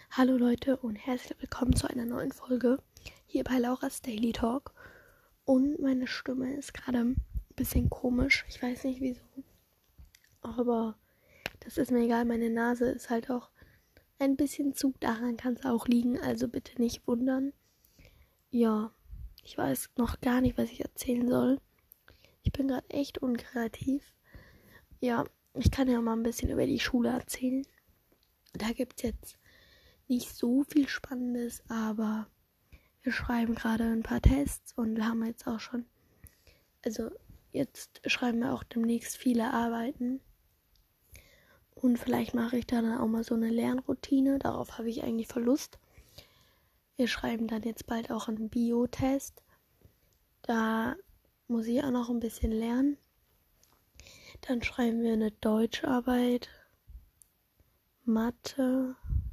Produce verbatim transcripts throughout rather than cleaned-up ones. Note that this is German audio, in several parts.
Hallo Leute und herzlich willkommen zu einer neuen Folge hier bei Laura's Daily Talk. Und meine Stimme ist gerade ein bisschen komisch. Ich weiß nicht wieso. Aber das ist mir egal. Meine Nase ist halt auch ein bisschen zu. Daran kann es auch liegen. Also bitte nicht wundern. Ja, ich weiß noch gar nicht, was ich erzählen soll. Ich bin gerade echt unkreativ. Ja, ich kann ja mal ein bisschen über die Schule erzählen. Da gibt es jetzt nicht so viel Spannendes, aber wir schreiben gerade ein paar Tests und haben jetzt auch schon, also jetzt schreiben wir auch demnächst viele Arbeiten. Und vielleicht mache ich dann auch mal so eine Lernroutine, darauf habe ich eigentlich voll Lust. Wir schreiben dann jetzt bald auch einen Biotest. Da muss ich auch noch ein bisschen lernen. Dann schreiben wir eine Deutscharbeit, Mathe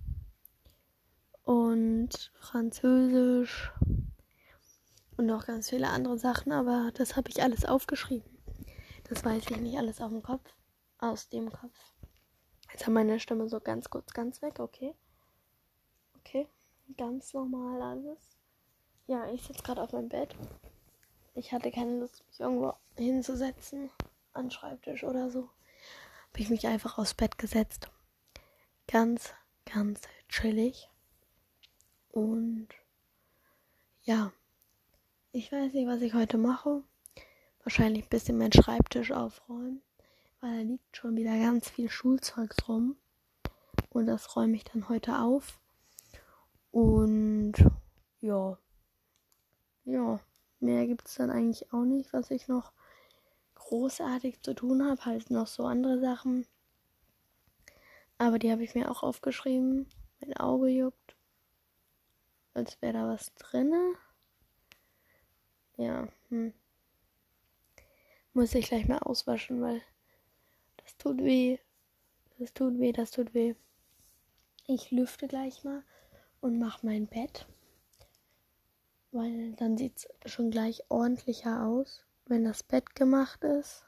und Französisch und noch ganz viele andere Sachen, aber das habe ich alles aufgeschrieben. Das weiß ich nicht alles auf dem Kopf, aus dem Kopf. Jetzt hat meine Stimme so ganz kurz ganz weg, okay. Okay, ganz normal alles. Ja, ich sitze gerade auf meinem Bett. Ich hatte keine Lust, mich irgendwo hinzusetzen, an den Schreibtisch oder so. Habe ich mich einfach aufs Bett gesetzt. Ganz, ganz chillig. Und ja, ich weiß nicht, was ich heute mache. Wahrscheinlich ein bisschen meinen Schreibtisch aufräumen, weil da liegt schon wieder ganz viel Schulzeugs rum. Und das räume ich dann heute auf. Und ja, ja, mehr gibt es dann eigentlich auch nicht, was ich noch großartig zu tun habe. Halt noch so andere Sachen. Aber die habe ich mir auch aufgeschrieben. Mein Auge juckt. Als wäre da was drinne. Ja, hm. Muss ich gleich mal auswaschen, weil das tut weh. Das tut weh, das tut weh. Ich lüfte gleich mal und mache mein Bett. Weil dann sieht es schon gleich ordentlicher aus, wenn das Bett gemacht ist.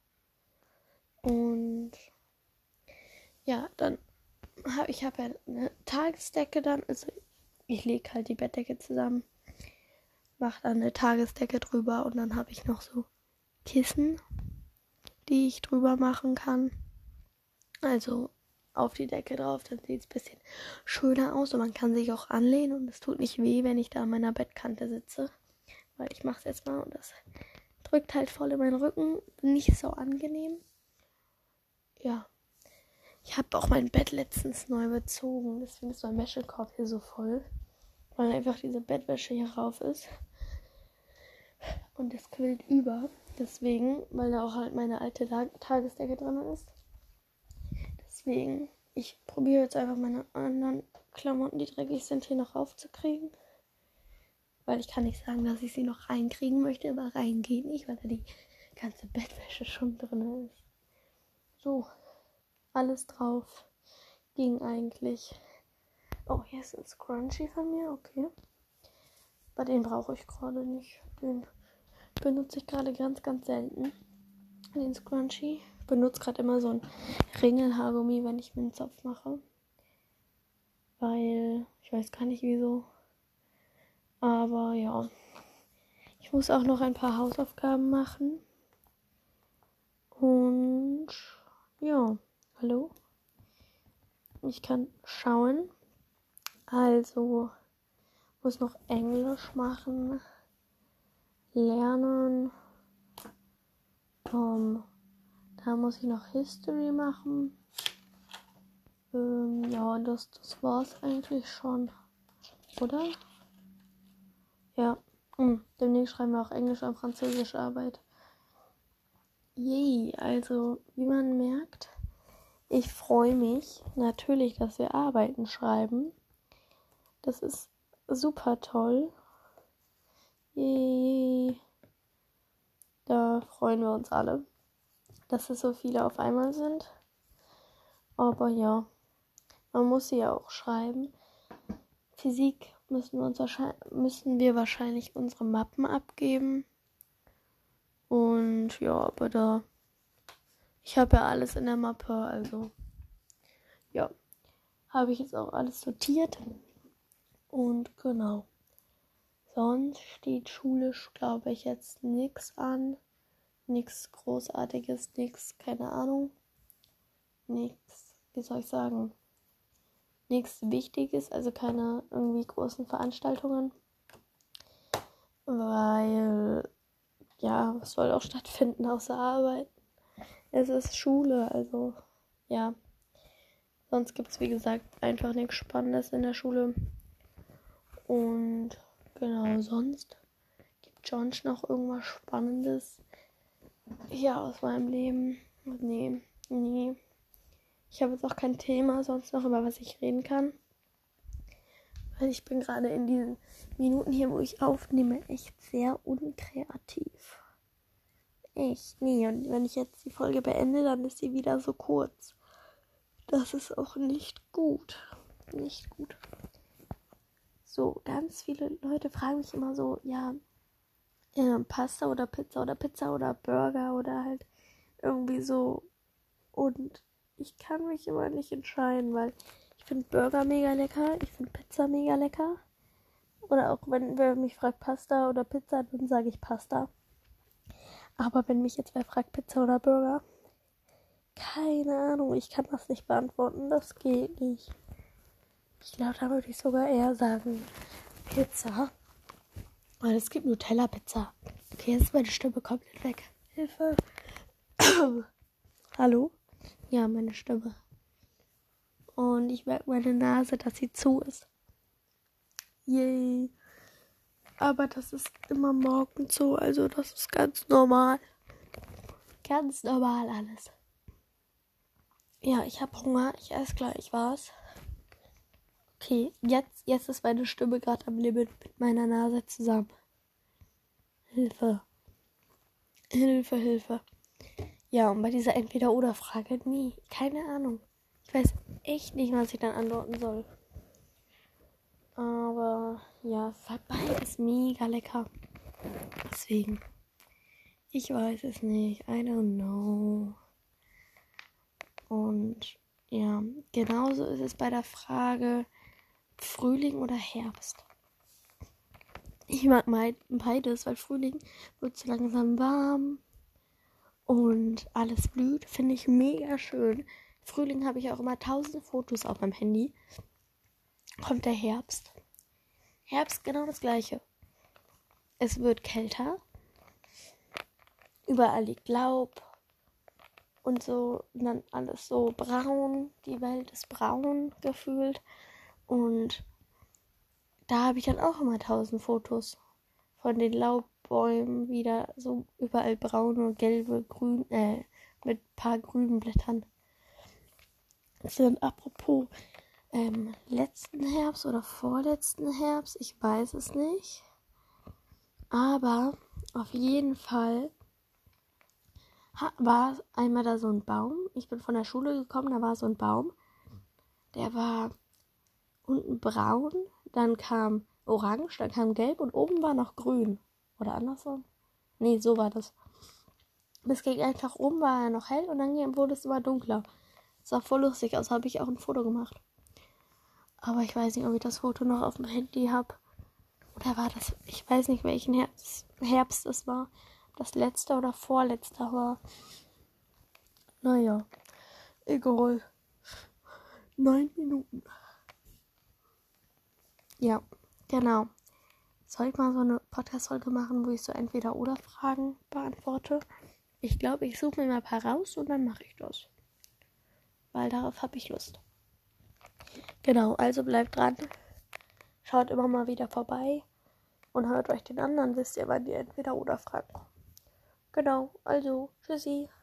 Und ja, dann habe ich habe ja eine Tagesdecke dann. Also ich lege halt die Bettdecke zusammen, mache dann eine Tagesdecke drüber und dann habe ich noch so Kissen, die ich drüber machen kann. Also auf die Decke drauf, dann sieht es ein bisschen schöner aus und man kann sich auch anlehnen und es tut nicht weh, wenn ich da an meiner Bettkante sitze. Weil ich mache es jetzt mal und das drückt halt voll in meinen Rücken. Nicht so angenehm. Ja. Ich habe auch mein Bett letztens neu bezogen. Deswegen ist mein Wäschekorb hier so voll. Weil einfach diese Bettwäsche hier rauf ist. Und das quillt über. Deswegen, weil da auch halt meine alte Tagesdecke drin ist. Deswegen, ich probiere jetzt einfach meine anderen Klamotten, die dreckig sind, hier noch raufzukriegen. Weil ich kann nicht sagen, dass ich sie noch reinkriegen möchte, aber rein geht nicht, weil da die ganze Bettwäsche schon drin ist. So, alles drauf. Ging eigentlich. Oh, hier ist ein Scrunchie von mir, okay. Aber den brauche ich gerade nicht. Den benutze ich gerade ganz, ganz selten. Den Scrunchie. Ich benutze gerade immer so ein Ringelhaargummi, wenn ich mir einen Zopf mache. Weil, ich weiß gar nicht wieso. Aber ja. Ich muss auch noch ein paar Hausaufgaben machen. Und ja, hallo. Ich kann schauen. Also muss noch Englisch machen, lernen. Um, da muss ich noch History machen. Ähm, ja, das, das war's eigentlich schon, oder? Ja. Hm, demnächst schreiben wir auch Englisch und Französische Arbeit. Yay, also wie man merkt, ich freue mich natürlich, dass wir Arbeiten schreiben. Das ist super toll. Yay. Da freuen wir uns alle, dass es so viele auf einmal sind. Aber ja, man muss sie ja auch schreiben. Physik müssen wir, uns wahrscheinlich, müssen wir wahrscheinlich unsere Mappen abgeben. Und ja, aber da, ich habe ja alles in der Mappe, also ja. habe ich jetzt auch alles sortiert. Und genau. Sonst steht schulisch, glaube ich, jetzt nichts an. Nichts Großartiges, nichts, keine Ahnung. Nichts, wie soll ich sagen, nichts Wichtiges, also keine irgendwie großen Veranstaltungen. Weil, ja, was soll auch stattfinden außer Arbeit? Es ist Schule, also, ja. Sonst gibt es, wie gesagt, einfach nichts Spannendes in der Schule. Und genau, sonst gibt John's noch irgendwas Spannendes hier aus meinem Leben? Nee, nee. Ich habe jetzt auch kein Thema sonst noch, über was ich reden kann. Weil ich bin gerade in diesen Minuten hier, wo ich aufnehme, echt sehr unkreativ. Echt, nee. Und wenn ich jetzt die Folge beende, dann ist sie wieder so kurz. Das ist auch nicht gut. Nicht gut. So, ganz viele Leute fragen mich immer so, ja, äh, Pasta oder Pizza oder Pizza oder Burger oder halt irgendwie so. Und ich kann mich immer nicht entscheiden, weil ich finde Burger mega lecker, ich finde Pizza mega lecker. Oder auch wenn wer mich fragt Pasta oder Pizza, dann sage ich Pasta. Aber wenn mich jetzt wer fragt Pizza oder Burger, keine Ahnung, ich kann das nicht beantworten, das geht nicht. Ich glaube, da würde ich sogar eher sagen Pizza. Weil es gibt Nutella-Pizza. Okay, jetzt ist meine Stimme komplett weg. Hilfe. Hallo? Ja, meine Stimme. Und ich merke meine Nase, dass sie zu ist. Yay. Aber das ist immer morgens so, also das ist ganz normal. Ganz normal alles. Ja, ich habe Hunger, ich esse gleich was. Okay, jetzt, jetzt ist meine Stimme gerade am Limit mit meiner Nase zusammen. Hilfe. Hilfe, Hilfe. Ja, und bei dieser Entweder-Oder-Frage, nie, keine Ahnung. Ich weiß echt nicht, was ich dann antworten soll. Aber ja, es ist halt beides mega lecker. Deswegen, ich weiß es nicht. I don't know. Und ja, genauso ist es bei der Frage Frühling oder Herbst. Ich mag beides, weil Frühling wird so langsam warm und alles blüht. Finde ich mega schön. Frühling habe ich auch immer tausend Fotos auf meinem Handy. Kommt der Herbst. Herbst genau das gleiche. Es wird kälter. Überall liegt Laub. Und so, und dann alles so braun. Die Welt ist braun gefühlt. Und da habe ich dann auch immer tausend Fotos von den Laubbäumen wieder so überall braune, gelbe, grün, äh, mit ein paar grünen Blättern. Und apropos ähm, letzten Herbst oder vorletzten Herbst, ich weiß es nicht. Aber auf jeden Fall ha- war einmal da so ein Baum. Ich bin von der Schule gekommen, da war so ein Baum. Der war unten braun, dann kam orange, dann kam gelb und oben war noch grün. Oder andersrum? Nee, so war das. Es ging einfach oben, war er noch hell und dann wurde es immer dunkler. Das sah voll lustig aus, habe ich auch ein Foto gemacht. Aber ich weiß nicht, ob ich das Foto noch auf dem Handy habe. Oder war das, ich weiß nicht, welchen Herbst, Herbst es war. Das letzte oder vorletzte war. Naja, egal. Neun Minuten. Ja, genau. Soll ich mal so eine Podcast-Folge machen, wo ich so Entweder-Oder-Fragen beantworte? Ich glaube, ich suche mir mal ein paar raus und dann mache ich das. Weil darauf habe ich Lust. Genau, also bleibt dran. Schaut immer mal wieder vorbei. Und hört euch den anderen, wisst ihr, wann die Entweder-Oder-Fragen kommen. Genau, also, tschüssi.